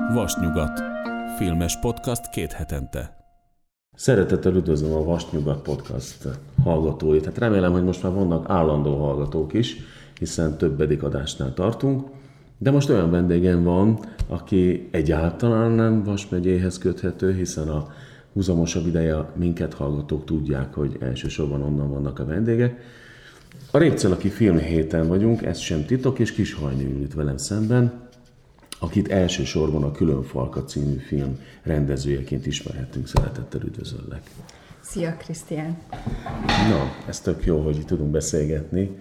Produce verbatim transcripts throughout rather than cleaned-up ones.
Vasnyugat. Filmes podcast két hetente. Szeretettel üdvözlöm a Vasnyugat podcast hallgatóit. Hát remélem, hogy most már vannak állandó hallgatók is, hiszen többedik adásnál tartunk. De most olyan vendégem van, aki egyáltalán nem Vas megyéhez köthető, hiszen a húzamosabb ideje minket hallgatók tudják, hogy elsősorban onnan vannak a vendégek. A Répcelaki Filmhéten vagyunk, ez sem titok, és Kishajnő ül itt velem szemben, akit elsősorban a Különfalka című film rendezőjeként ismerhetünk. Szeretettel üdvözöllek. Szia, Krisztián! Na, ez tök jó, hogy itt tudunk beszélgetni.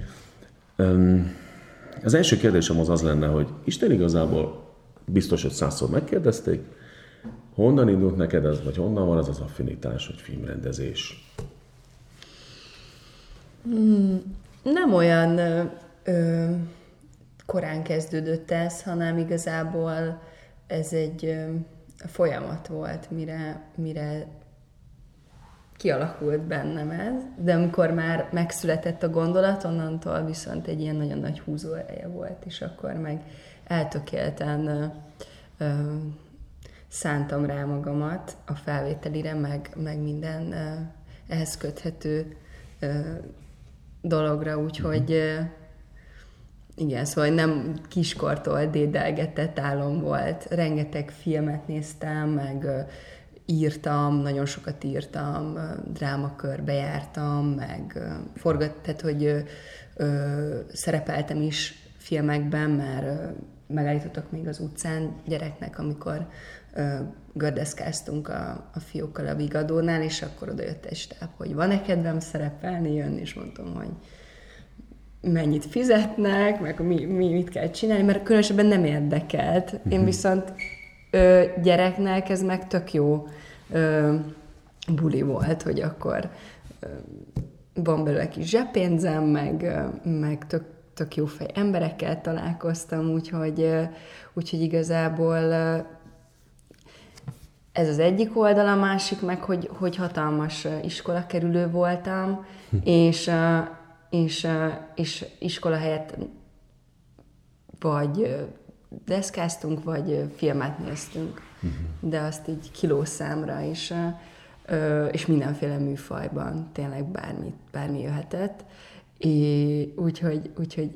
Az első kérdésem az az lenne, hogy Isten igazából biztos, hogy százszor megkérdezték, honnan indult neked ez, vagy honnan van ez az affinitás, hogy filmrendezés? Hmm, nem olyan ö, ö, korán kezdődött ez, hanem igazából ez egy ö, folyamat volt, mire, mire kialakult bennem ez, de amikor már megszületett a gondolat, onnantól viszont egy ilyen nagyon nagy húzóereje volt, és akkor meg eltökélten ö, ö, szántam rá magamat a felvételire, meg, meg minden ö, ehhez köthető ö, dologra, úgyhogy ö, igen, szóval nem kiskortól dédelgetett álom volt. Rengeteg filmet néztem, meg ö, írtam, nagyon sokat írtam, drámakörbe jártam, meg forgat, tehát, hogy ö, ö, szerepeltem is filmekben, mert ö, megállítottak még az utcán gyereknek, amikor ö, gördeszkáztunk a, a fiúkkal a Vigadónál, és akkor oda jött egy stáb, hogy van-e kedvem szerepelni, jönni, és mondtam, hogy mennyit fizetnek, meg mi, mi, mit kell csinálni, mert különösebben nem érdekelt. Én viszont ö, gyereknek ez meg tök jó ö, buli volt, hogy akkor ö, van belőle kis zsebpénzem, meg, ö, meg tök, tök jó fej emberekkel találkoztam, úgyhogy, ö, úgyhogy igazából ö, ez az egyik oldal, a másik meg, hogy, hogy hatalmas iskolakerülő voltam, és, ö, és, ö, és iskola helyett vagy deszkáztunk, vagy filmet néztünk, uh-huh. de azt így kilószámra is, és mindenféle műfajban, tényleg bármi, bármi jöhetett. Úgyhogy, úgyhogy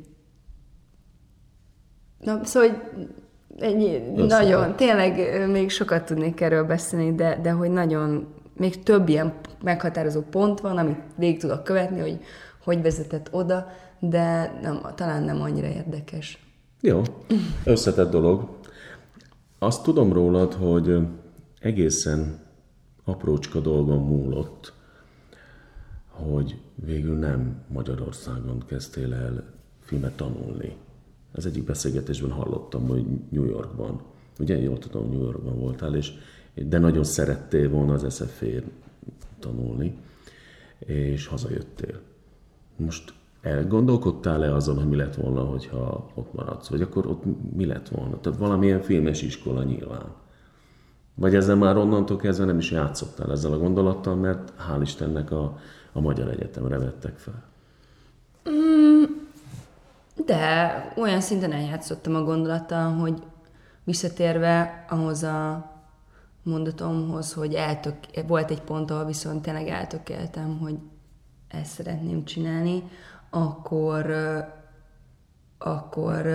na, szóval ennyi, nagyon, tényleg még sokat tudnék erről beszélni, de, de hogy nagyon, még több ilyen meghatározó pont van, amit végig tudok követni, hogy hogy vezetett oda, de nem, talán nem annyira érdekes. Jó, összetett dolog. Azt tudom rólad, hogy egészen aprócska dolgon múlott, hogy végül nem Magyarországon kezdtél el filmet tanulni. Az egyik beszélgetésben hallottam, hogy New Yorkban, ugye jól tudom, New Yorkban voltál, és, de nagyon szerettél volna az es ef é-n tanulni, és hazajöttél. Most elgondolkodtál-e azon, hogy mi lett volna, hogyha ott maradsz? Vagy akkor ott mi lett volna? Tehát valamilyen filmes iskola nyilván. Vagy ezzel már onnantól kezdve nem is játszottál ezzel a gondolattal, mert hál' Istennek a, a Magyar Egyetemre vettek fel. Mm, de olyan szinten eljátszottam a gondolattal, hogy visszatérve ahhoz a mondatomhoz, hogy eltök, volt egy pont, ahol viszont tényleg eltökéltem, hogy ezt szeretném csinálni, akkor, akkor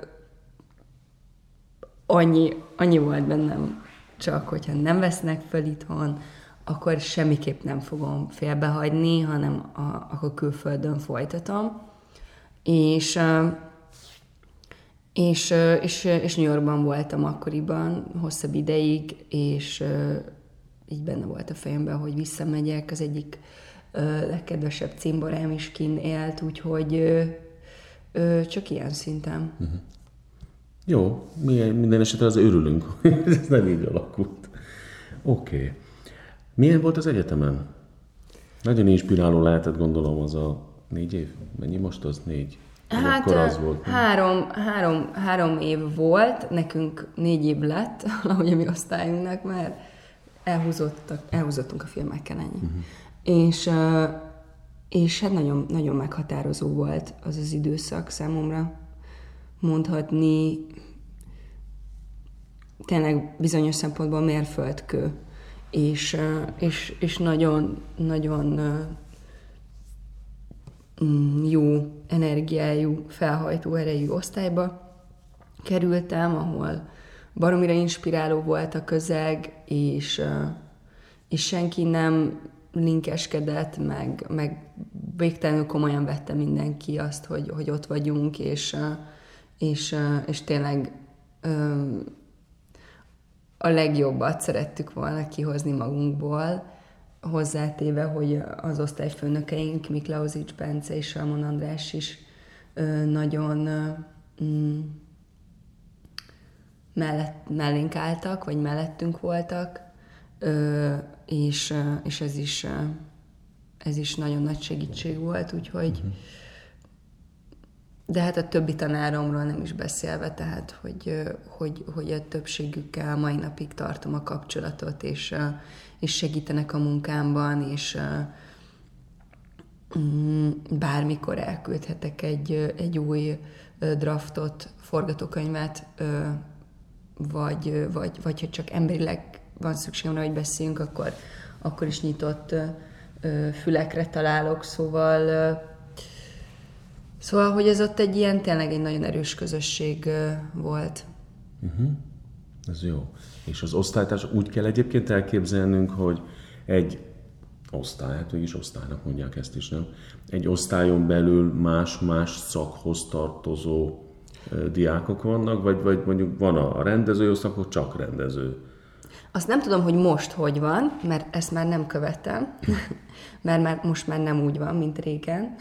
annyi, annyi volt bennem csak, hogyha nem vesznek föl itthon, akkor semmiképp nem fogom félbehagyni, hanem a, akkor külföldön folytatom. És, és, és, és New Yorkban voltam akkoriban hosszabb ideig, és így benne volt a fejemben, hogy visszamegyek, az egyik legkedvesebb cimborám is kint élt, úgyhogy ö, ö, csak ilyen szinten. Uh-huh. Jó, milyen, minden esetre az örülünk, hogy ez nem így alakult. Oké. Okay. Milyen volt az egyetemen? Nagyon inspiráló lehetett, gondolom, az a négy év? Mennyi most az? Négy? Hát az volt, három, három, három év volt, nekünk négy év lett, ahogy a mi osztályunknak, mert elhúzottak, elhúzottunk a filmekkel, ennyi. Uh-huh. És, és hát nagyon, nagyon meghatározó volt az az időszak számomra. Mondhatni, tényleg bizonyos szempontból mérföldkő, és, és, és nagyon, nagyon jó energiájú, felhajtó erejű osztályba kerültem, ahol baromira inspiráló volt a közeg, és, és senki nem linkeskedett, meg, meg végtelenül komolyan vette mindenki azt, hogy, hogy ott vagyunk, és, és, és tényleg a legjobbat szerettük volna kihozni magunkból, hozzátéve, hogy az osztályfőnökeink, Miklausics Bence és Salmon András is nagyon mm, mellett, mellénk álltak, vagy mellettünk voltak, és, és ez is, ez is nagyon nagy segítség volt, úgyhogy de hát a többi tanáromról nem is beszélve, tehát, hogy, hogy, hogy a többségükkel mai napig tartom a kapcsolatot, és, és segítenek a munkámban, és bármikor elküldhetek egy, egy új draftot, forgatókönyvet, vagy, vagy, vagy hogy csak emberileg van szükségem rá, hogy beszéljünk, akkor, akkor is nyitott fülekre találok, szóval Szóval, hogy ez ott egy ilyen, tényleg egy nagyon erős közösség volt. Uh-huh. Ez jó. És az osztálytárs úgy kell egyébként elképzelnünk, hogy egy osztály, hát mégis osztálynak mondják ezt is, nem? Egy osztályon belül más-más szakhoz tartozó uh, diákok vannak, vagy, vagy mondjuk van a rendező osztály, akkor csak rendező. Azt nem tudom, hogy most hogy van, mert ezt már nem követem, mert már, most már nem úgy van, mint régen.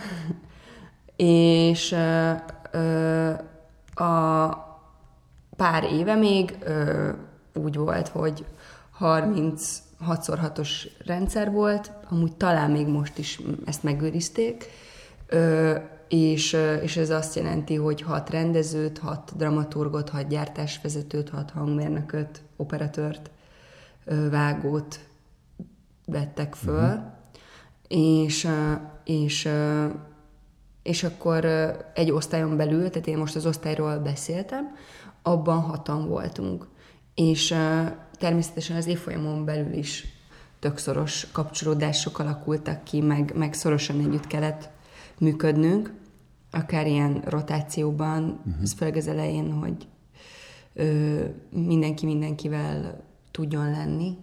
És ö, ö, a pár éve még ö, úgy volt, hogy harminchat szor hatos rendszer volt, amúgy talán még most is ezt megőrizték, ö, és, és ez azt jelenti, hogy hat rendezőt, hat dramaturgot, hat gyártásvezetőt, hat hangmérnököt, operatőrt, ö, vágót vettek föl, uh-huh. és, és És akkor egy osztályon belül, tehát én most az osztályról beszéltem, abban hatan voltunk. És természetesen az évfolyamon belül is tök szoros kapcsolódások alakultak ki, meg, meg szorosan együtt kellett működnünk, akár ilyen rotációban, uh-huh. ez főleg az elején, hogy ö, mindenki mindenkivel tudjon lenni.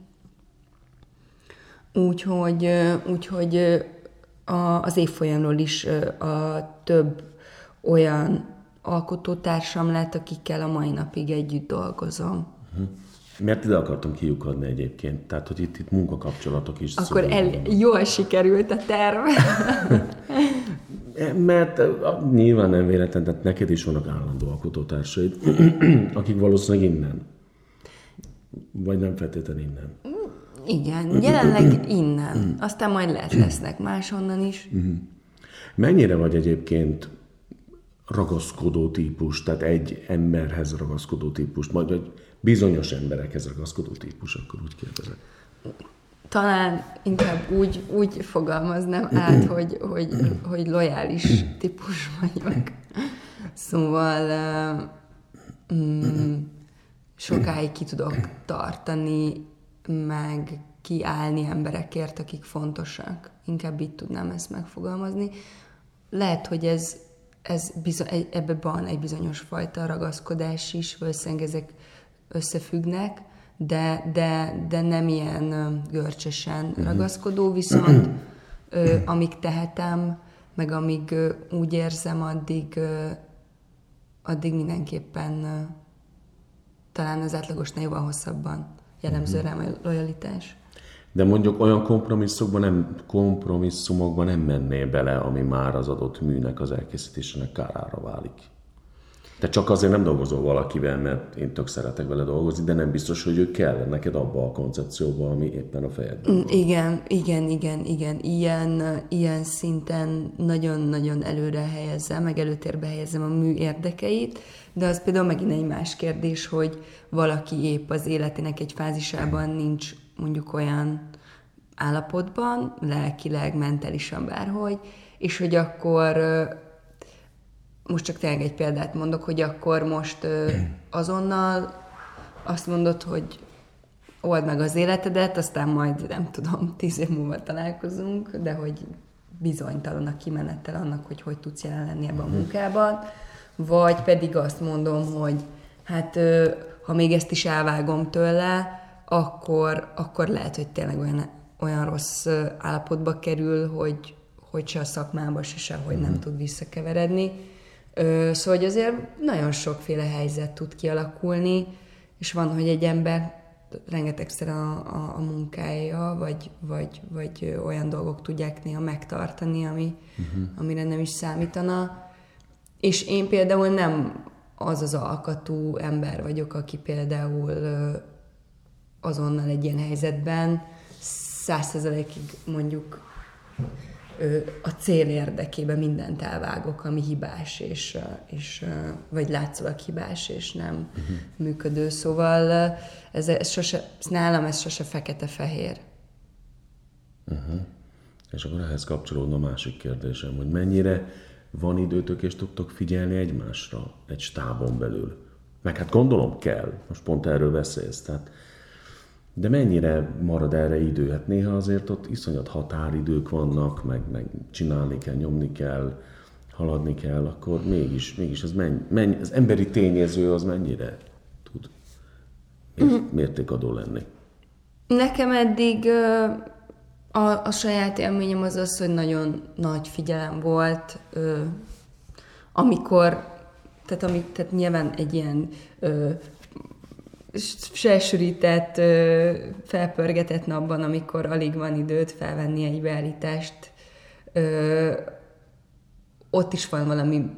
Úgyhogy, úgyhogy A, az évfolyamról is a több olyan alkotótársam lett, akikkel a mai napig együtt dolgozom. Uh-huh. Mert ide akartam kiukadni egyébként, tehát hogy itt, itt munkakapcsolatok is. Akkor el, jól sikerült a terv. Mert nyilván nem véletlen, tehát neked is vannak állandó alkotótársaid, akik valószínűleg innen. Vagy nem feltétlenül innen. Igen, jelenleg innen. Aztán majd lehet lesznek máshonnan is. Mennyire vagy egyébként ragaszkodó típus, tehát egy emberhez ragaszkodó típus, vagy bizonyos emberekhez ragaszkodó típus, akkor úgy kérdezek. Talán inkább úgy, úgy fogalmaznám át, hogy, hogy, hogy lojális típus vagyok. Szóval mm, sokáig ki tudok tartani, meg kiállni emberekért, akik fontosak. Inkább így tudnám ezt megfogalmazni. Lehet, hogy ez, ez bizony, ebben van egy bizonyos fajta ragaszkodás is, valószínűleg ezek összefüggnek, de, de, de nem ilyen görcsösen ragaszkodó, viszont ö, amíg tehetem, meg amíg ö, úgy érzem, addig, ö, addig mindenképpen ö, talán az átlagosnál jóval hosszabban jellemző rám a lojalitás. De mondjuk olyan kompromisszumokban nem, kompromisszumokban nem mennél bele, ami már az adott műnek az elkészítésének kárára válik. Te csak azért nem dolgozol valakivel, mert én tök szeretek vele dolgozni, de nem biztos, hogy ő kell neked abba a koncepcióba, ami éppen a fejedben van. Igen, igen, igen, igen. Ilyen, ilyen szinten nagyon-nagyon előre helyezem, meg előtérbe helyezem a mű érdekeit, de az például megint egy más kérdés, hogy valaki épp az életének egy fázisában nincs mondjuk olyan állapotban, lelkileg, mentálisan bárhogy, és hogy akkor most csak tényleg egy példát mondok, hogy akkor most azonnal azt mondod, hogy old meg az életedet, aztán majd, nem tudom, tíz év múlva találkozunk, de hogy bizonytalan a kimenettel annak, hogy hogy tudsz jelen lenni ebben a munkában, vagy pedig azt mondom, hogy hát ha még ezt is elvágom tőle, akkor, akkor lehet, hogy tényleg olyan, olyan rossz állapotba kerül, hogy, hogy se a szakmába, se sehogy nem tud visszakeveredni. Szóval hogy azért nagyon sokféle helyzet tud kialakulni, és van, hogy egy ember rengetegszer a, a, a munkája, vagy, vagy, vagy olyan dolgok tudják néha megtartani, ami, uh-huh. amire nem is számítana. És én például nem az az alkatú ember vagyok, aki például azonnal egy ilyen helyzetben száz százalékig mondjuk a cél érdekében mindent elvágok, ami hibás, és, és, vagy látszólag hibás, és nem uh-huh. működő. Szóval ez, ez sose, nálam ez sose fekete-fehér. Uh-huh. És akkor ehhez kapcsolódna a másik kérdésem, hogy mennyire van időtök és tudtok figyelni egymásra egy stábon belül? Meg hát gondolom kell, most pont erről beszélsz, tehát de mennyire marad erre idő? Hát néha azért ott iszonyat határidők vannak, meg, meg csinálni kell, nyomni kell, haladni kell, akkor mégis, mégis az, menny, menny, az emberi tényező az mennyire tud mért, mértékadó lenni? Nekem eddig a, a saját élményem az az, hogy nagyon nagy figyelem volt, amikor, tehát, amik, tehát nyilván egy ilyen selsürített, felpörgetett napban, amikor alig van időt felvenni egy beállítást, ott is van valami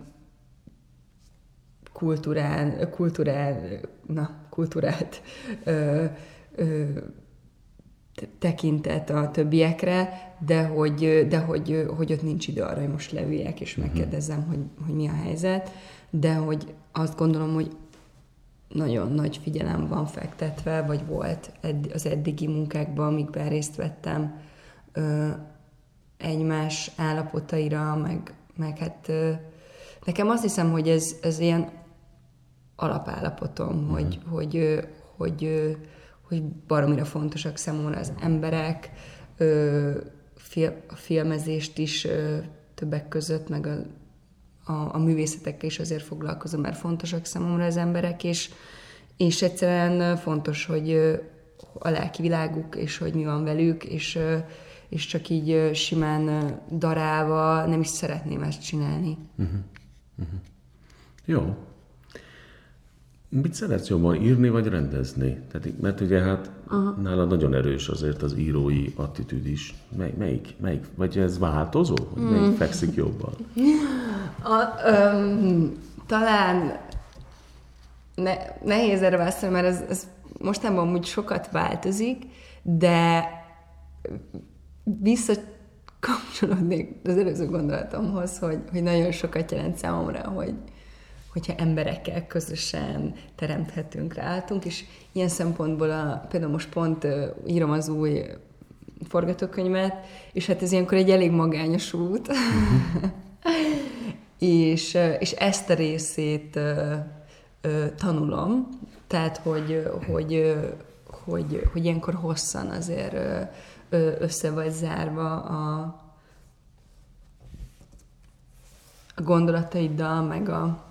kulturál, kulturál, na, kulturált ö, ö, tekintet a többiekre, de hogy, de hogy, hogy ott nincs idő arra, hogy most leüljek és megkérdezzem, hogy, hogy mi a helyzet, de hogy azt gondolom, hogy nagyon nagy figyelem van fektetve, vagy volt az eddigi munkákban, amikben részt vettem, egymás állapotaira, meg, meg hát nekem azt hiszem, hogy ez, ez ilyen alapállapotom, mm. hogy, hogy, hogy, hogy baromira fontosak számomra az emberek, a filmezést is többek között, meg a A, a művészetekkel is azért foglalkozom, mert fontosak számomra az emberek, és, és egyszerűen fontos, hogy a lelki világuk, és hogy mi van velük, és, és csak így simán darálva nem is szeretném ezt csinálni. Uh-huh. Uh-huh. Jó. Mit szeretsz jobban, írni vagy rendezni? Tehát, mert ugye hát uh-huh. nálad nagyon erős azért az írói attitűd is. Mely, melyik, melyik? Vagy ez változó? Vagy mm. melyik fekszik jobban? A, öm, talán ne, nehéz erre válaszolni, mert ez, ez mostanában úgy sokat változik, de visszakapcsolódnék az előző gondolatomhoz, hogy, hogy nagyon sokat jelent számomra, hogy hogyha emberekkel közösen teremthetünk, ráálltunk, és ilyen szempontból a, például most pont uh, írom az új forgatókönyvet, és hát ez ilyenkor egy elég magányos út, uh-huh. és, uh, és ezt a részét uh, uh, tanulom, tehát hogy, hogy, uh, hogy, hogy ilyenkor hosszan azért uh, uh, össze vagy zárva a, a gondolataiddal, meg a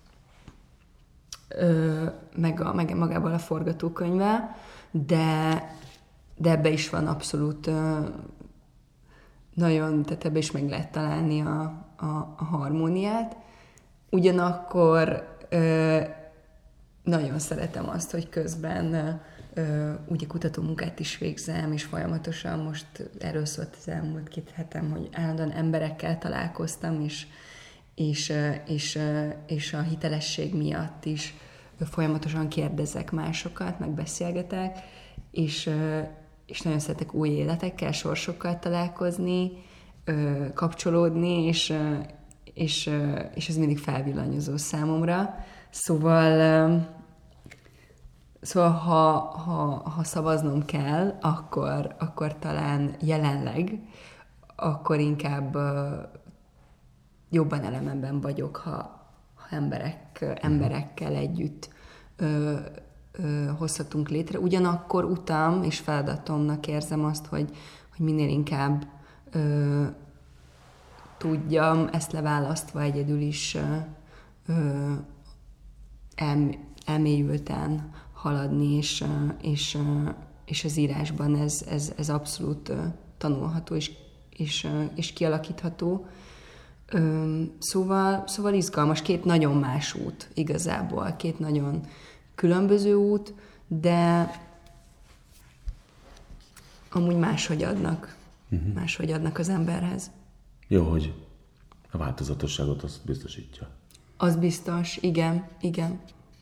Ö, meg, a, meg magával a forgatókönyvvel, de, de ebbe is van abszolút ö, nagyon, tehát ebbe is meg lehet találni a, a, a harmóniát. Ugyanakkor ö, nagyon szeretem azt, hogy közben ö, ugye kutatómunkát is végzem, és folyamatosan most erről szólt az elmúlt két hetem, hogy állandóan emberekkel találkoztam, és És, és, és a hitelesség miatt is folyamatosan kérdezek másokat, meg beszélgetek, és, és nagyon szeretek új életekkel, sorsokkal találkozni, kapcsolódni, és, és, és ez mindig felvillanyozó számomra. Szóval, szóval ha, ha, ha szavaznom kell, akkor, akkor talán jelenleg, akkor inkább jobban elememben vagyok, ha, ha emberek, emberekkel együtt ö, ö, hozhatunk létre. Ugyanakkor utam és feladatomnak érzem azt, hogy, hogy minél inkább ö, tudjam ezt leválasztva egyedül is ö, ö, el, elmélyülten haladni, és, és, és az írásban ez, ez, ez abszolút tanulható és, és, és kialakítható. Szóval, szóval izgalmas, két nagyon más út igazából, két nagyon különböző út, de amúgy máshogy adnak, uh-huh. máshogy adnak az emberhez. Jó, hogy a változatosságot azt biztosítja. Az biztos, igen, igen.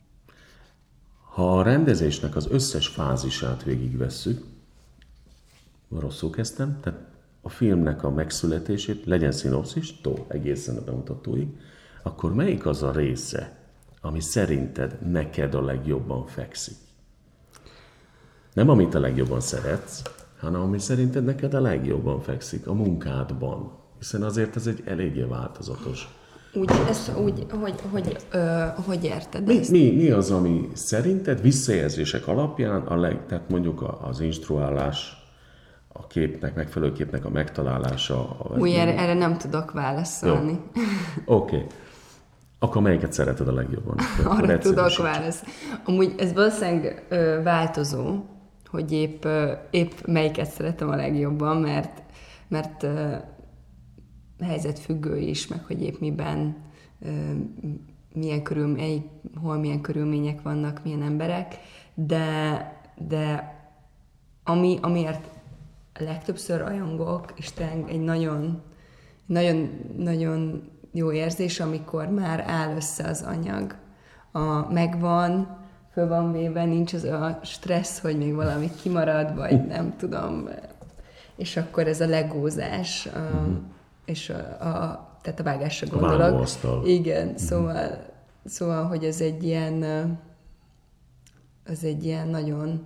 Ha a rendezésnek az összes fázisát végigvesszük, rosszul kezdtem, tehát a filmnek a megszületését, legyen szinopszis, tó, egészen a bemutatóig, akkor melyik az a része, ami szerinted neked a legjobban fekszik? Nem amit a legjobban szeretsz, hanem ami szerinted neked a legjobban fekszik a munkádban. Hiszen azért ez egy eléggé változatos. Úgy, ezt, úgy hogy, hogy, ö, hogy érted mi, ezt? Mi, mi az, ami szerinted visszajelzések alapján, a leg, tehát mondjuk az instruálás, a képnek, megfelelő képnek a megtalálása? A Úgy, erre, erre nem tudok válaszolni. Oké. Okay. Akkor melyiket szereted a legjobban? Arra tudok válaszolni. Amúgy ez valószínűleg ö, változó, hogy épp, ö, épp melyiket szeretem a legjobban, mert, mert ö, helyzetfüggő is, meg hogy épp miben, milyen körülmények, hol milyen körülmények vannak, milyen emberek, de, de ami, amiért legtöbbször rajongok, és tényleg egy nagyon, nagyon, nagyon jó érzés, amikor már áll össze az anyag. A, megvan, föl van véve, nincs az a stressz, hogy még valami kimarad, vagy nem tudom. És akkor ez a legózás, mm-hmm. és a, a, tehát a vágásra gondolok. A vágóasztal. Igen, mm-hmm. szóval, szóval, hogy ez egy ilyen, az egy ilyen nagyon,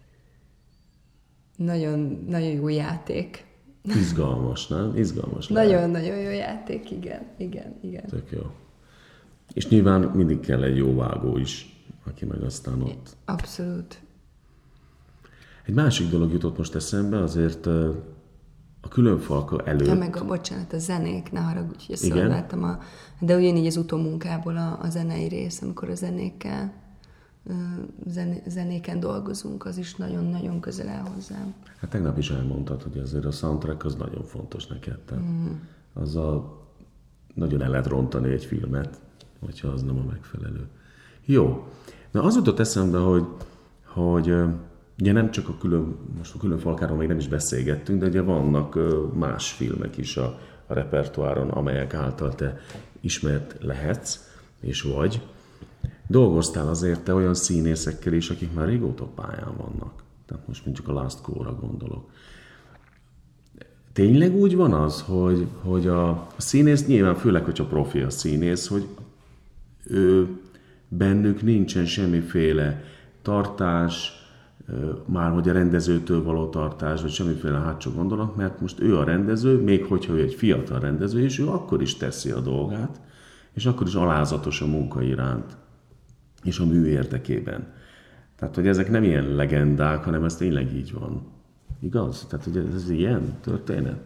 nagyon, nagyon jó játék. Izgalmas, nem? Izgalmas lehet. Nagyon-nagyon jó játék, igen, igen, igen. Tök jó. És nyilván mindig kell egy jó vágó is, aki meg aztán ott. Abszolút. Egy másik dolog jutott most eszembe, azért a különfalka előtt... Ja, meg a, bocsánat, a zenék, ne haragudj, hogy szolgáltam a... De ugyanígy az utómunkából a, a zenei rész, amikor a zenékkel, zen, zenéken dolgozunk, az is nagyon-nagyon közel áll hozzám. Hát tegnap is elmondtad, hogy azért a soundtrack az nagyon fontos neked. Tehát mm. azzal nagyon el lehet rontani egy filmet, hogyha az nem a megfelelő. Jó. Na az jutott eszembe, hogy, hogy ugye nem csak a külön, most a külön falkáról még nem is beszélgettünk, de ugye vannak más filmek is a, a repertoáron, amelyek által te ismert lehetsz, és vagy. Dolgoztál azért te olyan színészekkel is, akik már régóta pályán vannak. Tehát most mondjuk a Last Call-ra gondolok. Tényleg úgy van az, hogy, hogy a, a színész, nyilván főleg, hogyha profi a színész, hogy ő, bennük nincsen semmiféle tartás, már hogy a rendezőtől való tartás, vagy semmiféle hátsó gondolat, mert most ő a rendező, még hogyha ő egy fiatal rendező, és ő akkor is teszi a dolgát, és akkor is alázatos a munka iránt, és a mű érdekében. Tehát, hogy ezek nem ilyen legendák, hanem ez tényleg így van. Igaz? Tehát, hogy ez ilyen történet?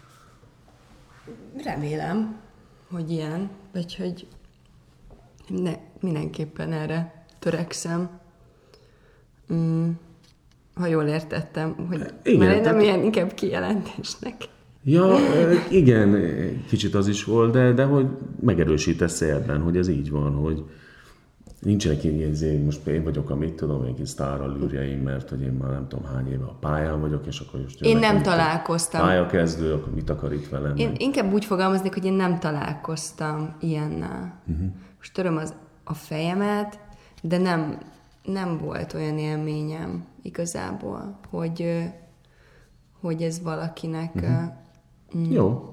Remélem, hogy ilyen, vagy hogy ne, mindenképpen erre törekszem. Mm, ha jól értettem, hogy igen, mert nem tehát... ilyen inkább kijelentésnek. Ja, igen, kicsit az is volt, de, de hogy megerősítesz ebben, hogy ez így van, hogy nincsenek ilyen, most én vagyok, amit tudom, egy sztárral űrjeim, mert hogy én már nem tudom hány éve a pályán vagyok, és akkor most én nem találkoztam. Pályakezdő, akkor mit akar itt velem? Én inkább úgy fogalmaznék, hogy én nem találkoztam ilyennel. Uh-huh. Most töröm az, a fejemet, de nem, nem volt olyan élményem igazából, hogy, hogy ez valakinek... Uh-huh. Mm, Jó.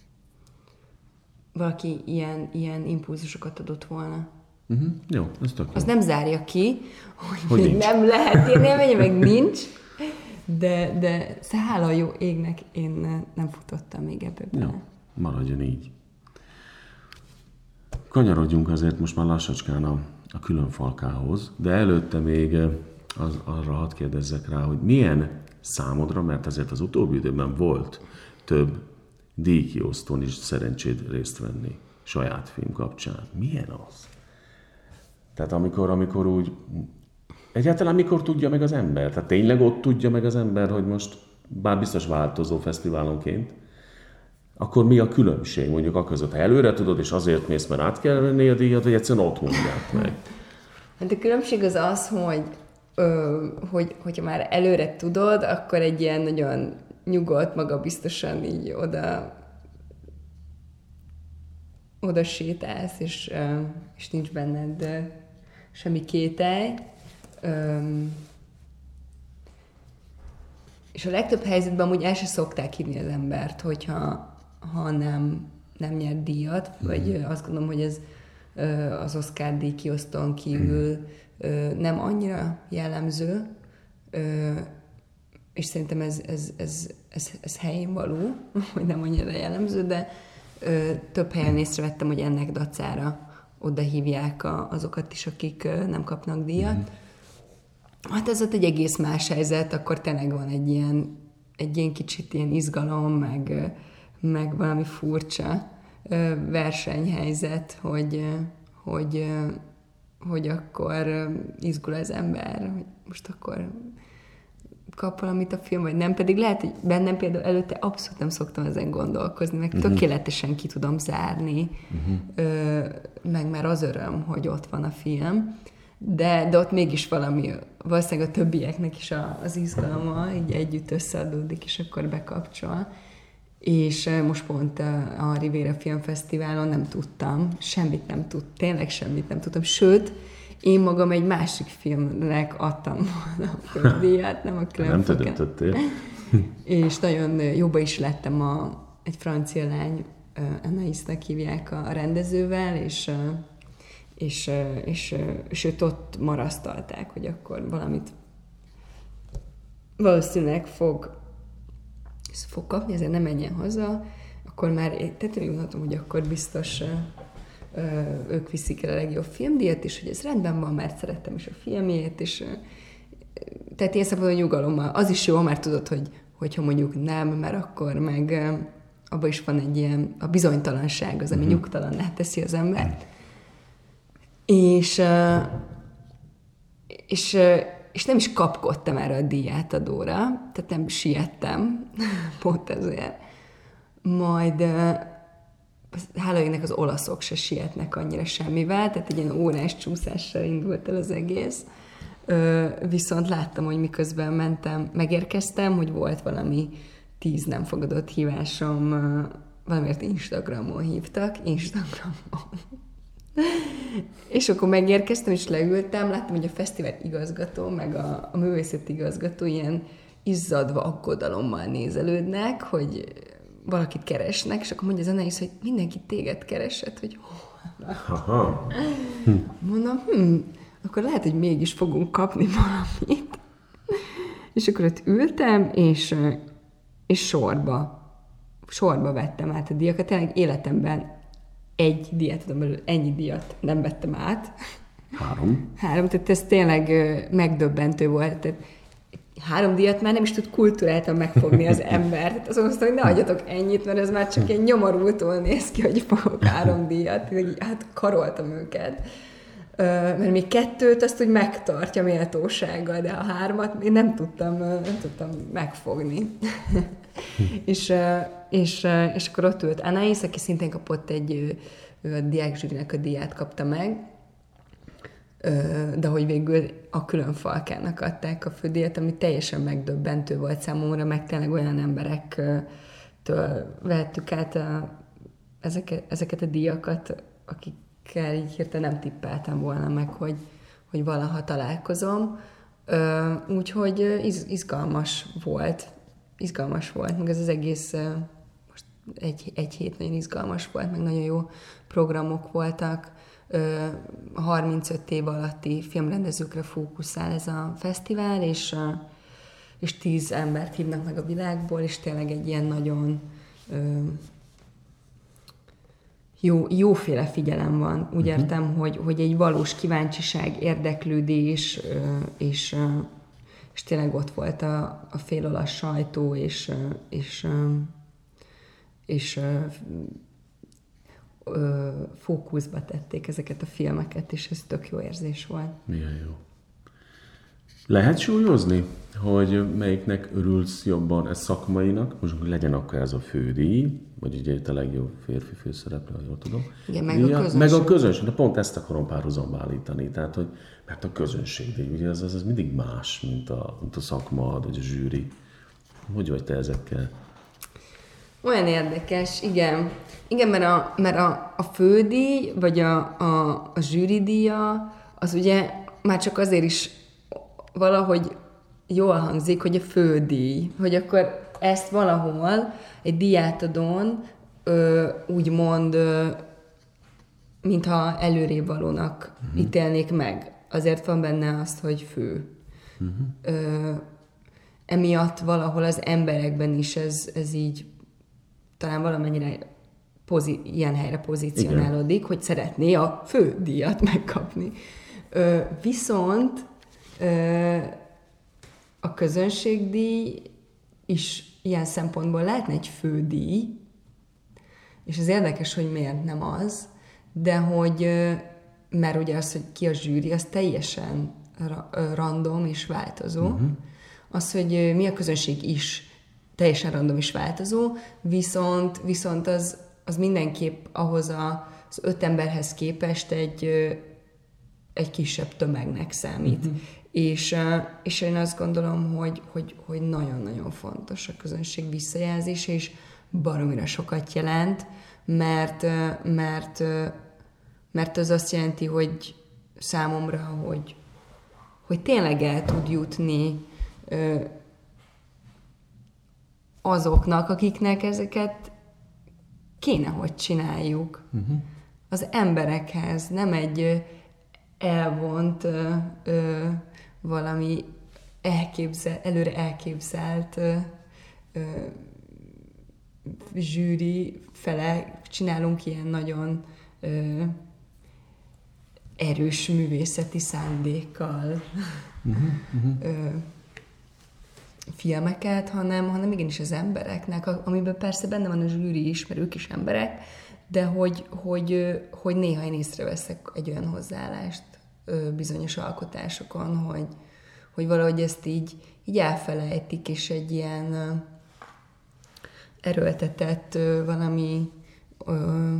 Valaki ilyen, ilyen impulzusokat adott volna. Uh-huh. Jó, ez tök jó. Az nem zárja ki, hogy, hogy még nem lehet ilyen élménye, meg nincs, de, de hála a jó égnek én nem futottam még ebbe bele. Jó, maradjon így. Kanyarodjunk azért most már lassacskán a, a különfalkához, de előtte még az, arra hadd kérdezzek rá, hogy milyen számodra, mert azért az utóbbi időben volt több díjkiosztón is szerencséd részt venni saját film kapcsán. Milyen az? Tehát amikor, amikor úgy... Egyáltalán mikor tudja meg az ember? Tehát tényleg ott tudja meg az ember, hogy most, bár biztos változó fesztiválonként, akkor mi a különbség mondjuk a között? Ha előre tudod, és azért mész, mert át kell venni a díjat, vagy egyszerűen ott mondják meg? Hát a különbség az az, hogy, ö, hogy hogyha már előre tudod, akkor egy ilyen nagyon nyugodt, magabiztosan így oda, oda sétálsz, és, ö, és nincs benned ö, semmi kételj. Ö, és a legtöbb helyzetben amúgy el se szokták hívni az embert, hogyha ha nem, nem nyer díjat, vagy mm. azt gondolom, hogy ez az Oscar díj kiosztón kívül mm. nem annyira jellemző, és szerintem ez, ez, ez, ez, ez helyén való, hogy nem annyira jellemző, de több helyen észrevettem, hogy ennek dacára oda hívják azokat is, akik nem kapnak díjat. Mm. Hát ez ott egy egész más helyzet, akkor tényleg van egy ilyen, egy ilyen kicsit ilyen izgalom, meg, meg valami furcsa versenyhelyzet, hogy, hogy, hogy akkor izgul az ember, hogy most akkor kap valamit a film, vagy nem, pedig lehet, hogy bennem például előtte abszolút nem szoktam ezen gondolkozni, meg uh-huh. tökéletesen ki tudom zárni, uh-huh. meg már az öröm, hogy ott van a film, de, de ott mégis valami, valószínűleg a többieknek is a, az izgalma így együtt összeadódik, és akkor bekapcsol. És most pont a Riviera Filmfesztiválon nem tudtam, semmit nem tudtam, tényleg semmit nem tudtam, sőt, én magam egy másik filmnek adtam volna a díjat, nem a különfalkán. Nem te döntöttél. És nagyon jóba is lettem a, egy francia lány, Anaïsnak hívják a rendezővel, és És, és, és őt ott marasztalták, hogy akkor valamit valószínűleg fog, fog kapni, ezért nem menjen haza, akkor már tettem gondoltam, hogy akkor biztos ők viszik el a legjobb filmdíjat, és hogy ez rendben van, mert szerettem is a filmjét, és tehát ilyen szabadon nyugalommal. Az is jó, mert tudod, hogy hogyha mondjuk nem, mert akkor meg abban is van egy ilyen, a bizonytalanság az, ami mm-hmm. nyugtalanná teszi az embert. És, és, és nem is kapkodtam erre a díjátadóra, tehát nem siettem, pont ezért. Majd hála égnek az olaszok se sietnek annyira semmivel, tehát egy ilyen órás csúszással indult el az egész. Viszont láttam, hogy miközben mentem, megérkeztem, hogy volt valami tíz nem fogadott hívásom, valamiért Instagramon hívtak, Instagramon. És akkor megérkeztem, és leültem, láttam, hogy a fesztivál igazgató, meg a, a művészeti igazgató ilyen izzadva aggodalommal nézelődnek, hogy valakit keresnek, és akkor mondja az Anaïs, hogy mindenki téged keresett, hogy Aha. Mondom, hm, akkor lehet, hogy mégis fogunk kapni valamit. És akkor ott ültem, és, és sorba, sorba vettem át a díjakat. Tényleg életemben egy díjat, tudom belőle, ennyi díjat nem vettem át. Három. Három, tehát ez tényleg megdöbbentő volt. Tehát három díjat már nem is tud kulturáltan megfogni az ember. Tehát azon mondtam, hogy ne adjatok ennyit, mert ez már csak egy nyomorultól néz ki, hogy fogok három díjat. Hát karoltam őket. Mert még kettőt azt úgy megtartja méltósággal, de a hármat én nem tudtam, nem tudtam megfogni. és, és, és akkor ott ült Anaïs, aki szintén kapott egy a diákzsűrinek a díját kapta meg, de hogy végül a Különfalkának adták a fődíjat, ami teljesen megdöbbentő volt számomra, meg tényleg olyan emberektől vehettük át a, ezeket, ezeket a díjakat, akikkel így hirtelen nem tippeltem volna meg, hogy, hogy valaha találkozom. Úgyhogy iz, izgalmas volt. Izgalmas volt, meg ez az egész most egy, egy hét nagyon izgalmas volt, meg nagyon jó programok voltak. harmincöt év alatti filmrendezőkre fókuszál ez a fesztivál, és, és tíz embert hívnak meg a világból, és tényleg egy ilyen nagyon jó, jóféle figyelem van. Úgy uh-huh. értem, hogy, hogy egy valós kíváncsiság, érdeklődés, és, és tényleg ott volt a, a félolasz sajtó, és, és, és fókuszba tették ezeket a filmeket, és ez tök jó érzés volt. Milyen jó. Lehet súlyozni, hogy melyiknek örülsz jobban ez szakmainak? Most legyen akkor ez a fődíj, vagy ugye itt a legjobb férfi főszereplő, ha jól tudom. Igen, meg Díja, a közönség. Meg a közönség, de pont ezt akarom párhuzamba állítani. Tehát, hogy mert a közönségdíj, ugye ez, ez, ez mindig más, mint a, mint a szakma, vagy a zsűri. Hogy vagy te ezekkel? Olyan érdekes, igen. Igen, mert a, mert a, a fődíj, vagy a, a, a zsűridíja, az ugye már csak azért is valahogy jól hangzik, hogy a fődíj, hogy akkor ezt valahol egy díjátadón ö, úgymond, ö, mintha előrébb valónak uh-huh. ítélnék meg. Azért van benne azt, hogy fő. Uh-huh. Ö, emiatt valahol az emberekben is ez, ez így talán valamennyire pozi- ilyen helyre pozícionálódik, igen. hogy szeretné a fődíjat megkapni. Ö, viszont ö, a közönségdíj is ilyen szempontból lehetne egy fődíj, és az érdekes, hogy miért nem az, de hogy, mert ugye az, hogy ki a zsűri, az teljesen ra- random és változó. Uh-huh. Az, hogy mi a közönség is teljesen random és változó, viszont, viszont az, az mindenképp ahhoz a, az öt emberhez képest egy, egy kisebb tömegnek számít. Uh-huh. És, és én azt gondolom, hogy, hogy, hogy nagyon-nagyon fontos a közönség visszajelzése, és baromira sokat jelent, mert, mert, mert az azt jelenti, hogy számomra, hogy, hogy tényleg el tud jutni azoknak, akiknek ezeket kéne, hogy csináljuk. Uh-huh. Az emberekhez, nem egy elvont ö, ö, valami elképzel, előre elképzelt ö, ö, zsűri fele csinálunk ilyen nagyon ö, erős művészeti szándékkal uh-huh, uh-huh. Ö, filmeket, hanem, hanem igenis az embereknek, amiben persze benne van a zsűri is, mert ők is emberek, de hogy, hogy, hogy néha én észreveszek egy olyan hozzáállást bizonyos alkotásokon, hogy, hogy valahogy ezt így, így elfelejtik, és egy ilyen erőltetett valami ö,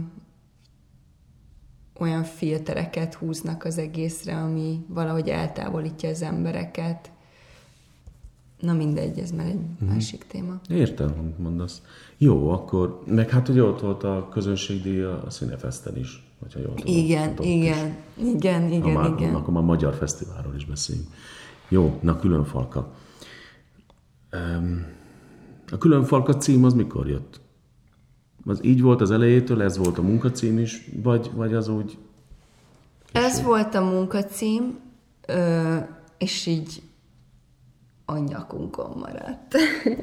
olyan filtereket húznak az egészre, ami valahogy eltávolítja az embereket. Na mindegy, ez már egy mm. másik téma. Értem, amit mondasz. Jó, akkor, meg hát ugye ott volt a közönségdíj a Színefeszten is, hogyha jól tudom. Igen, igen, igen, igen, már, igen. Akkor már magyar fesztiválról is beszéljünk. Jó, na Különfalka. A Különfalka cím az mikor jött? Az így volt az elejétől, ez volt a munkacím is, vagy, vagy az úgy? Ez így volt a munkacím, és így a nyakunkon maradt.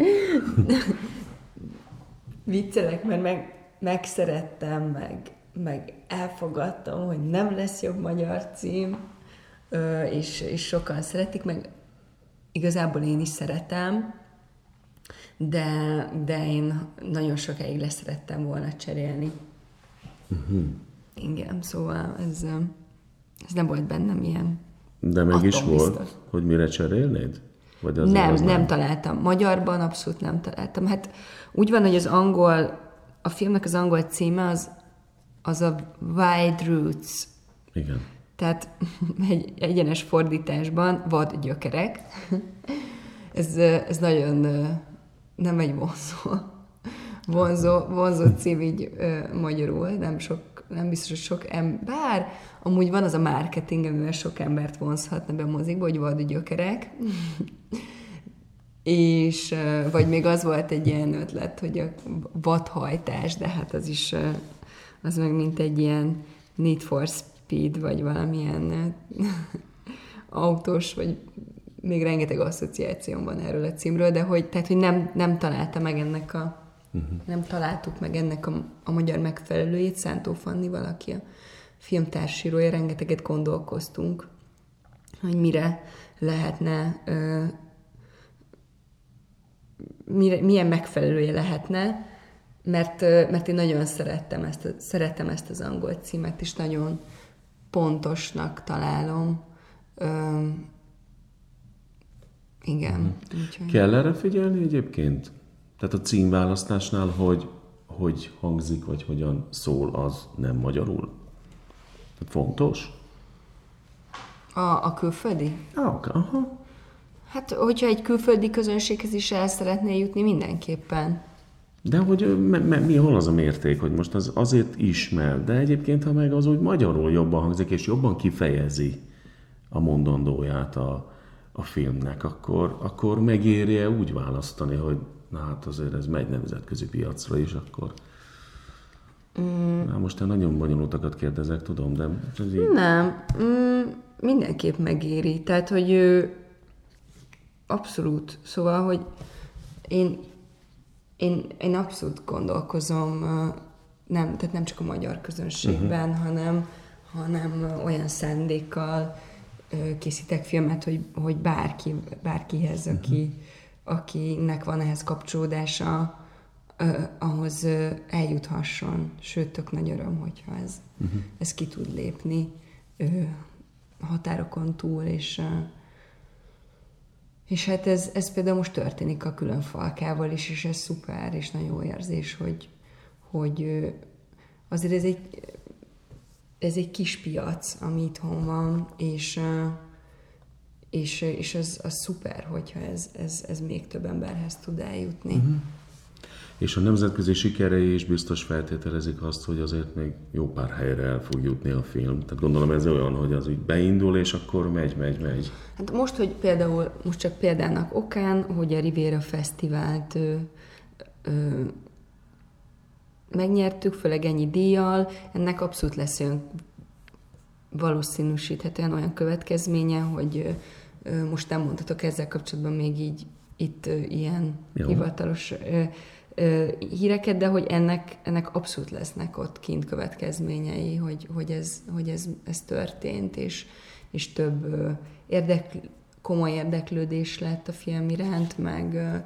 Viccelek, mert meg, megszerettem, meg, meg elfogadtam, hogy nem lesz jobb magyar cím, és, és sokan szeretik, meg igazából én is szeretem, de, de én nagyon sokáig leszerettem volna cserélni. Uh-huh. Igen, szóval ez, ez nem volt bennem ilyen. De meg is volt, biztos, hogy mire cserélnéd? Vagy az nem, az nem találtam. Magyarban abszolút nem találtam. Hát úgy van, hogy az angol, a filmnek az angol címe az, az a Wild Roots. Igen. Tehát egy egyenes fordításban vad gyökerek. ez, ez nagyon nem egy vonzó, vonzó, vonzó cím így magyarul, nem sok, nem biztos, hogy sok ember, bár amúgy van az a marketing, amivel sok embert vonzhatna be a mozikba, hogy vad gyökerek. És, vagy még az volt egy ilyen ötlet, hogy a vadhajtás, de hát az is, az meg mint egy ilyen Need for Speed, vagy valamilyen autós, vagy még rengeteg asszociációm van erről a címről, de hogy, tehát, hogy nem, nem találta meg ennek a, uh-huh. nem találtuk meg ennek a, a magyar megfelelőjét. Szántó Fannival, aki a film társírója, rengeteget gondolkoztunk, hogy mire lehetne, ö, mire, milyen megfelelője lehetne, mert, ö, mert én nagyon szerettem ezt, a, szerettem ezt az angol címet, és nagyon pontosnak találom. Ö, igen. Mm. Úgyhogy... Kell erre figyelni egyébként? Tehát a címválasztásnál, hogy hogy hangzik, vagy hogyan szól, az nem magyarul? Tehát fontos? A, a külföldi? Ah, aha. Hát, hogyha egy külföldi közönséghez is el szeretnél jutni, mindenképpen. De hogy me, me, mi, hol az a mérték, hogy most az azért ismer, de egyébként, ha meg az úgy magyarul jobban hangzik, és jobban kifejezi a mondandóját a, a filmnek, akkor, akkor megérje úgy választani, hogy na hát azért ez megy nemzetközi piacra is, akkor... Mm. Na most én nagyon bonyolultakat kérdezek, tudom, de... Ez így... Nem, mm, mindenképp megéri. Tehát, hogy ő abszolút, szóval, hogy én, én, én abszolút gondolkozom, nem, tehát nem csak a magyar közönségben, uh-huh. hanem, hanem olyan szándékkal készítek filmet, hogy, hogy bárki, bárkihez, uh-huh. aki, akinek van ehhez kapcsolódása, Uh, ahhoz uh, eljuthasson. Sőt, tök nagy öröm, hogyha ez, uh-huh. ez ki tud lépni uh, határokon túl, és, uh, és hát ez, ez például most történik a Külön falkával is, és ez szuper, és nagyon jó érzés, hogy, hogy uh, azért ez egy, ez egy kis piac, ami itthon van, és, uh, és, és az, az szuper, hogyha ez, ez, ez még több emberhez tud eljutni. Uh-huh. És a nemzetközi sikerei is biztos feltételezik azt, hogy azért még jó pár helyre el fog jutni a film. Tehát gondolom ez olyan, hogy az így beindul, és akkor megy, megy, megy. Hát most, hogy például, most csak példának okán, hogy a Riviera Fesztivált ö, ö, megnyertük, főleg ennyi díjjal, ennek abszolút lesz olyan valószínűsíthetően olyan következménye, hogy ö, most nem mondhatok ezzel kapcsolatban még így itt ö, ilyen jó. hivatalos ö, híreket, de hogy ennek, ennek abszolút lesznek ott kint következményei, hogy, hogy, ez, hogy ez, ez történt, és, és több érdek, komoly érdeklődés lett a film iránt, meg,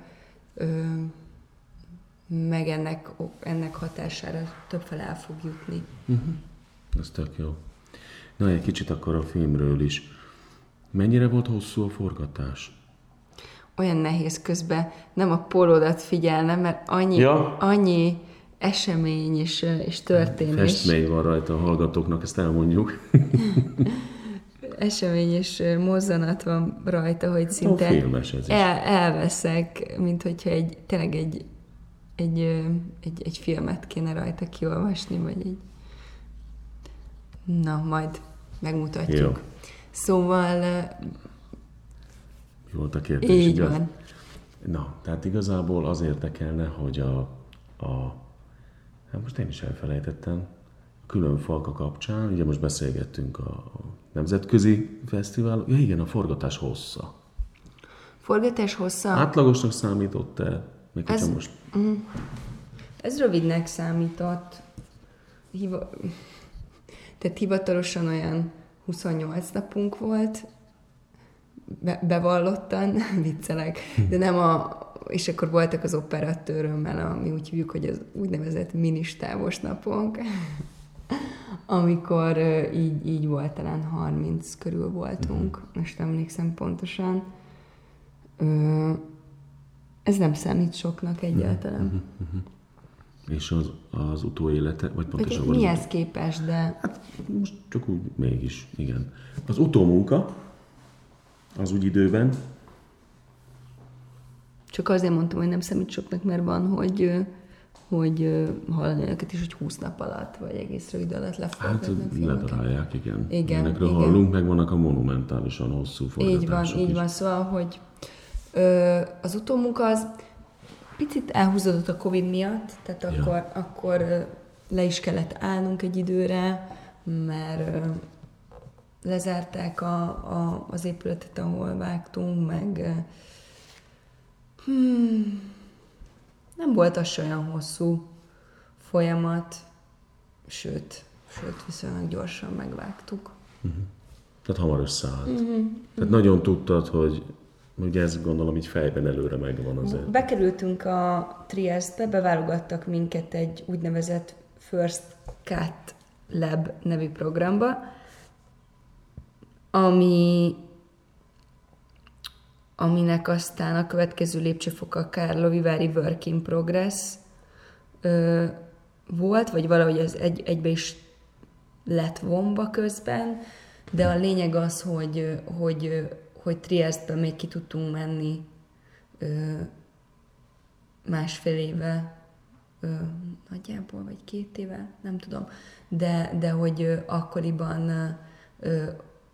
meg ennek, ennek hatására többfele el fog jutni. Uh-huh. Ez tök jó. Na, egy kicsit akkor a filmről is. Mennyire volt hosszú a forgatás? Olyan nehéz közben nem a pólódat figyelnem, mert annyi, ja. annyi esemény és, és történés. Festmény van rajta a hallgatóknak, ezt elmondjuk. Esemény és mozzanat van rajta, hogy szinte filmes ez is. El, elveszek, mint hogyha egy, tényleg egy, egy, egy, egy filmet kéne rajta kiolvasni, vagy egy... Na, majd megmutatjuk. Jó. Szóval... Mi volt a kérdés? Így igaz? van. Na, tehát igazából az érdekelne, hogy a, a hát most én is elfelejtettem, a Külön falka kapcsán, ugye most beszélgettünk a, a nemzetközi fesztivál, ja igen, a forgatás hossza. Forgatás hossza? Átlagosnak számított-e? Meg ez, most... mm, ez rövidnek számított. Hiva, tehát hivatalosan olyan huszonnyolc napunk volt, Be, bevallottan, viccelek, de nem a, és akkor voltak az operatőrömmel, ami úgy hívjuk, hogy az úgynevezett ministávos napunk, amikor így, így volt, talán harminc körül voltunk, uh-huh. most emlékszem pontosan. Ez nem számít soknak egyáltalán. Uh-huh. Uh-huh. És az, az utóélete, vagy pontosan... Mihez ut- képest, de... Hát most csak úgy mégis, igen. Az utómunka, az úgy időben? Csak azért mondtam, hogy nem számít soknak, mert van, hogy, hogy hallani őket is, hogy húsz nap alatt, vagy egész rövid alatt leforgatnak Hát ledarálják, igen. Igen, Ilyenekről igen. hallunk, meg vannak a monumentálisan hosszú forgatások Így van, is. így van. Szóval, hogy ö, az utómunka az picit elhúzódott a Covid miatt, tehát ja. akkor, akkor le is kellett állnunk egy időre, mert lezárták a, a, az épületet, ahol vágtunk, meg hmm, nem volt az olyan hosszú folyamat, sőt, sőt viszonylag gyorsan megvágtuk. Uh-huh. Tehát hamar összeállt. Uh-huh. Tehát nagyon tudtad, hogy ugye ezt gondolom így fejben előre megvan azért. Bekerültünk a Trieste-be, beválogattak minket egy úgynevezett First Cut Lab nevű programba, ami, aminek aztán a következő lépcsőfoka a Carlo Vivari Work in Progress ö, volt, vagy valahogy az egy, egybe is lett vonva közben, de a lényeg az, hogy, hogy, hogy Trieste-ben még ki tudtunk menni ö, másfél éve, ö, nagyjából, vagy két éve, nem tudom, de, de hogy ö, akkoriban ö,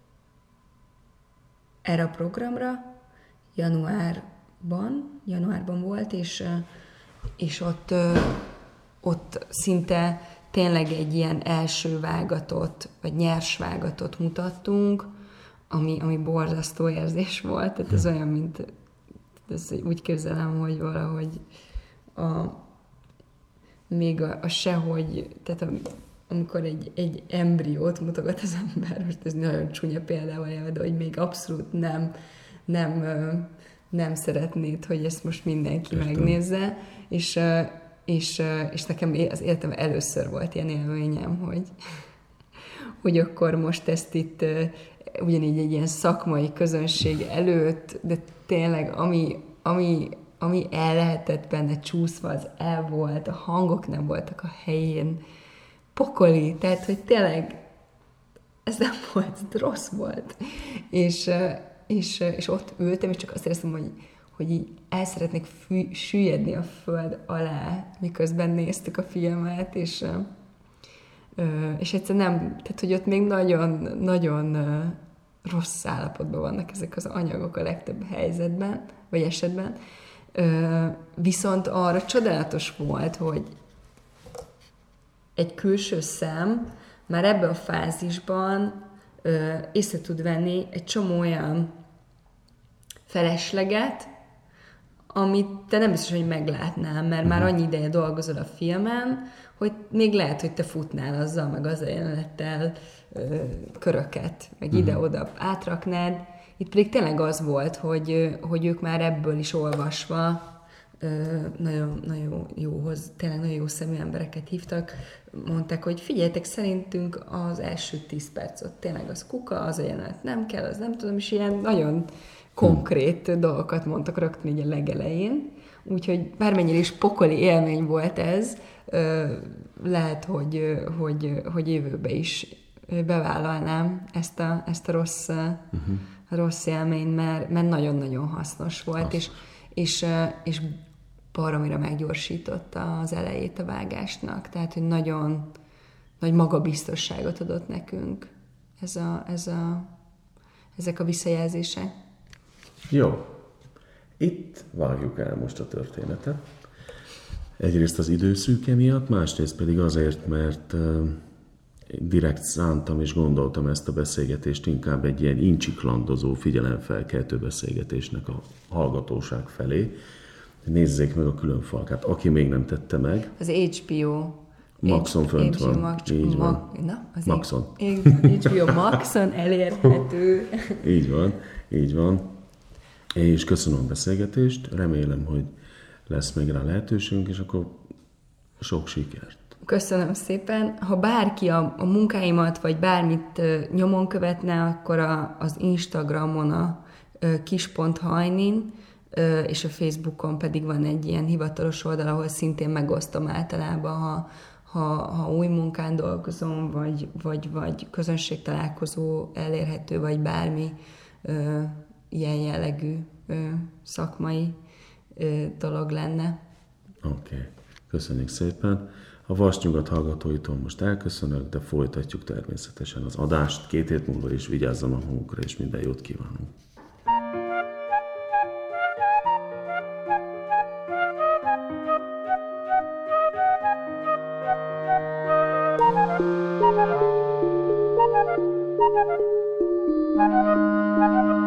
erre a programra januárban, januárban volt, és, és ott, ott szinte tényleg egy ilyen első vágatot, vagy nyers vágatot mutattunk, ami, ami borzasztó érzés volt. Tehát ez olyan, mint ez úgy képzelem, hogy valahogy a, még a, a sehogy, tehát a, amikor egy, egy embriót mutogat az ember, most ez nagyon csúnya példával jelve, de hogy még abszolút nem, nem, nem szeretnéd, hogy ezt most mindenki Értem. megnézze, és, és, és nekem az életem először volt ilyen élményem, hogy, hogy akkor most ezt itt ugyanígy egy ilyen szakmai közönség előtt, de tényleg ami, ami, ami el lehetett benne csúszva, az el volt, a hangok nem voltak a helyén, pokoli, tehát, hogy tényleg ez nem volt, ez rossz volt. És, és, és ott ültem, és csak azt éreztem, hogy, hogy így el szeretnék fű, süllyedni a föld alá, miközben néztük a filmet, és, és egyszerűen nem, tehát, hogy ott még nagyon, nagyon rossz állapotban vannak ezek az anyagok a legtöbb helyzetben, vagy esetben. Viszont arra csodálatos volt, hogy egy külső szem már ebbe a fázisban ö, észre tud venni egy csomó olyan felesleget, amit te nem biztos, hogy meglátnál, mert uh-huh. már annyi ideje dolgozol a filmen, hogy még lehet, hogy te futnál azzal, meg azzal jelenettel ö, köröket, meg uh-huh. ide-oda átraknád. Itt pedig tényleg az volt, hogy, hogy ők már ebből is olvasva nagyon, nagyon jóhoz, tényleg nagyon jó szemű embereket hívtak, mondták, hogy figyeljetek, szerintünk az első tíz perc ott tényleg az kuka, az a jelenet nem kell, az nem tudom, és ilyen nagyon konkrét hmm. dolgokat mondtak rögtön így a legelején, úgyhogy bármennyire is pokoli élmény volt ez, lehet, hogy, hogy, hogy jövőbe is bevállalnám ezt a, ezt a rossz, uh-huh. rossz élményt, mert, mert nagyon-nagyon hasznos volt, és, és, és baromira meggyorsította az elejét a vágásnak, tehát, hogy nagyon nagy magabiztosságot adott nekünk ez a, ez a, ezek a visszajelzések. Jó. Itt vágjuk el most a történetet. Egyrészt az időszűke miatt, másrészt pedig azért, mert uh, direkt szántam és gondoltam ezt a beszélgetést inkább egy ilyen incsiklandozó, figyelemfelkeltő beszélgetésnek a hallgatóság felé. Nézzék meg a Külön falkát, aki még nem tette meg. Az há bé o. Maxon fönt van. Max, így van. Ma, na, az Maxon. há bé o Maxon elérhető. Így van, így van. És köszönöm a beszélgetést, remélem, hogy lesz még rá lehetőségünk, és akkor sok sikert. Köszönöm szépen. Ha bárki a, a munkáimat, vagy bármit uh, nyomon követne, akkor a, az Instagramon a uh, kis.hajnin, uh, és a Facebookon pedig van egy ilyen hivatalos oldal, ahol szintén megosztom általában, ha, ha, ha új munkán dolgozom, vagy, vagy, vagy közönségtalálkozó elérhető, vagy bármi uh, ilyen jellegű uh, szakmai uh, dolog lenne. Oké, okay. Köszönjük szépen. A Vasnyugat hallgatóitól most elköszönök, de folytatjuk természetesen az adást. Két hét múlva is vigyázzanak magukra, és minden jót kívánunk. Thank you.